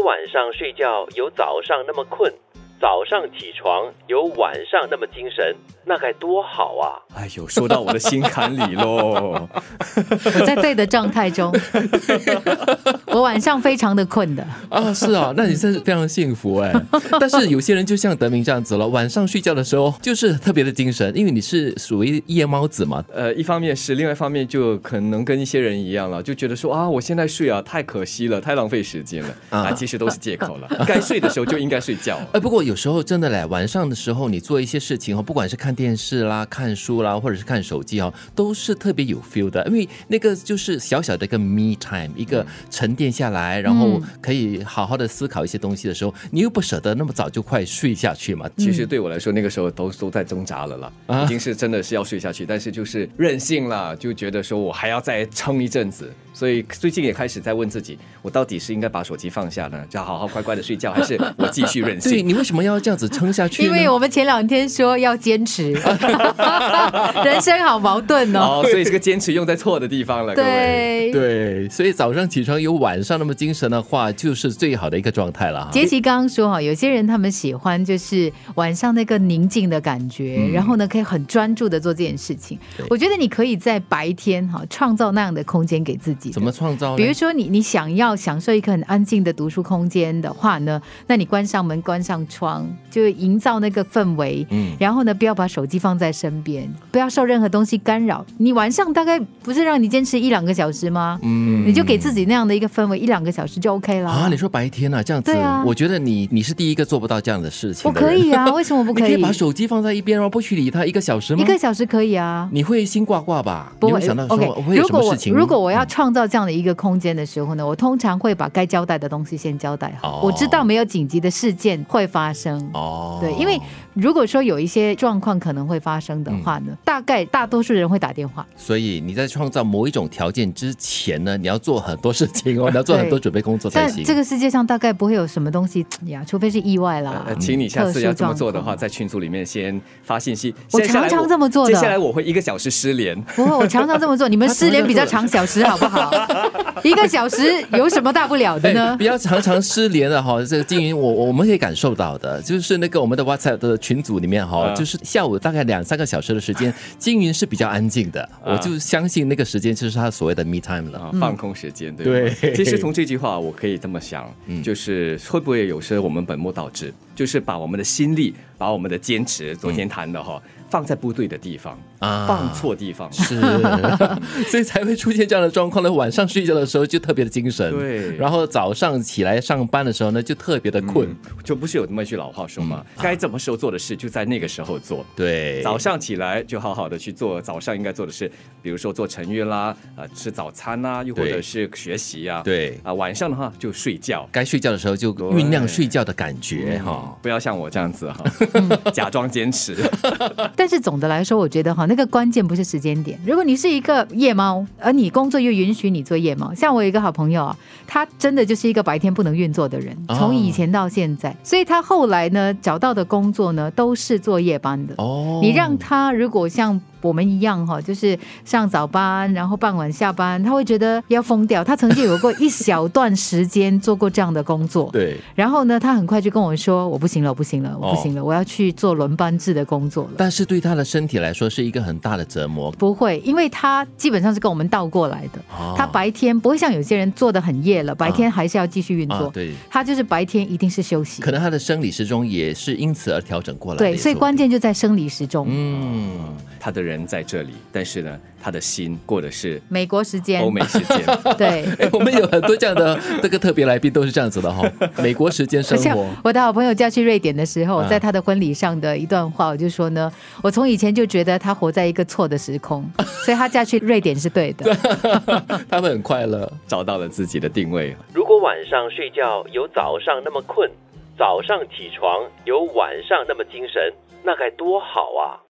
果晚上睡觉有早上那么困，早上起床有晚上那么精神，那该多好啊！ 哎呦，说到我的心坎里喽。 我在对的状态中，我晚上非常的困的啊，是啊，那你真是非常幸福哎。但是有些人就像德明这样子了，晚上睡觉的时候就是特别的精神，因为你是属于夜猫子嘛。 一方面是，另外一方面就可能跟一些人一样了，就觉得说啊，我现在睡啊，太可惜了，太浪费时间了啊，其实都是借口了。该睡的时候就应该睡觉。 不过有时候真的嘞，晚上的时候你做一些事情不管是看电视啦、看书啦，或者是看手机都是特别有 feel 的，因为那个就是小小的一个 me time， 一个沉淀下来，然后可以好好的思考一些东西的时候，你又不舍得那么早就快睡下去嘛。 其实对我来说，那个时候都在挣扎了啦，已经是真的是要睡下去，但是就是任性了，就觉得说我还要再撑一阵子。所以最近也开始在问自己，我到底是应该把手机放下呢，就好好乖乖的睡觉，还是我继续任性？ 对，你为什么要这样子撑下去呢？ 因为我们前2天说要坚持，人生好矛盾哦。 所以这个坚持用在错的地方了。 对对，所以早上起床有晚上那么精神的话，就是最好的一个状态了。 杰奇刚刚说有些人他们喜欢就是晚上那个宁静的感觉，然后呢可以很专注的做这件事情。我觉得你可以在白天创造那样的空间给自己。 怎么创造呢？ 比如说你想要享受一个很安静的读书空间的话呢，那你关上门关上窗，就营造那个氛围，然后呢不要把手机放在身边，不要受任何东西干扰。你晚上大概不是让你坚持1-2个小时吗？你就给自己那样的一个氛围，1-2个小时就 OK 了啊。 你说白天这样子，我觉得你是第一个做不到这样的事情的人。 我可以啊，为什么不可以？ 你可以把手机放在一边，然后不去理它1个小时吗？1 个小时可以啊。 你会心挂挂吧？ 不会， 你会想到说会有什么事情？ 如果我要创造这样的一个空间的时候呢，我通常会把该交代的东西先交代好。我知道没有紧急的事件会发生。对，因为如果说有一些状况可能会发生的话呢，大多数人会打电话。 所以你在创造某一种条件之前呢，你要做很多事情你要做很多准备工作才行。 但这个世界上大概不会有什么东西呀，除非是意外啦。 请你下次要这么做的话，在群组里面先发信息。 我常常这么做的。 接下来我会1个小时失联。 不会，我常常这么做。你们失联比较长小时好不好？1个小时有什么大不了的呢？ 不要常常失联了这个金云我们可以感受到的，就是那个我们的 WhatsApp 的群组里面就是下午大概2-3个小时的时间，金云是比较安静的，我就相信那个时间就是他所谓的 me time 了， 放空时间。对，其实从这句话我可以这么想，就是会不会有时候我们本末倒置，就是把我们的心力，把我们的坚持，昨天谈的放在不对的地方放错地方， 是所以才会出现这样的状况呢。晚上睡觉的时候就特别的精神， 对， 然后早上起来上班的时候呢就特别的困， 就不是有那么一句老话说吗？该怎么时候做的事就在那个时候做。 对， 早上起来就好好的去做早上应该做的事，比如说做晨运啦，吃早餐啦，又或者是学习啊。 对晚上的话就睡觉， 该睡觉的时候就酝酿睡觉的感觉不要像我这样子假装坚持。 但是总的来说，我觉得那个关键不是时间点。如果你是一个夜猫，而你工作又允许你做夜猫，像我有一个好朋友他真的就是一个白天不能运作的人，从以前到现在，所以他后来呢找到的工作呢都是做夜班的。你让他如果像我们一样就是上早班然后傍晚下班，他会觉得要疯掉。他曾经有过一小段时间做过这样的工作对， 然后呢他很快就跟我说我不行了，我要去做轮班制的工作了。 但是对他的身体来说是一个很大的折磨。 不会，因为他基本上是跟我们倒过来的他白天不会像有些人做得很夜了，白天还是要继续运作对， 他就是白天一定是休息。 可能他的生理时钟也是因此而调整过来的。 对，所以关键就在生理时钟。 他的人在这里，但是呢他的心过的是美国时间、 欧美时间。 对， 我们有很多这样的这个特别来宾都是这样子的美国时间生活。 我的好朋友嫁去瑞典的时候，在他的婚礼上的一段话，我就说呢，我从以前就觉得他活在一个错的时空，所以他嫁去瑞典是对的。 他们很快乐， 找到了自己的定位。 如果晚上睡觉有早上那么困，早上起床有晚上那么精神，那该多好啊！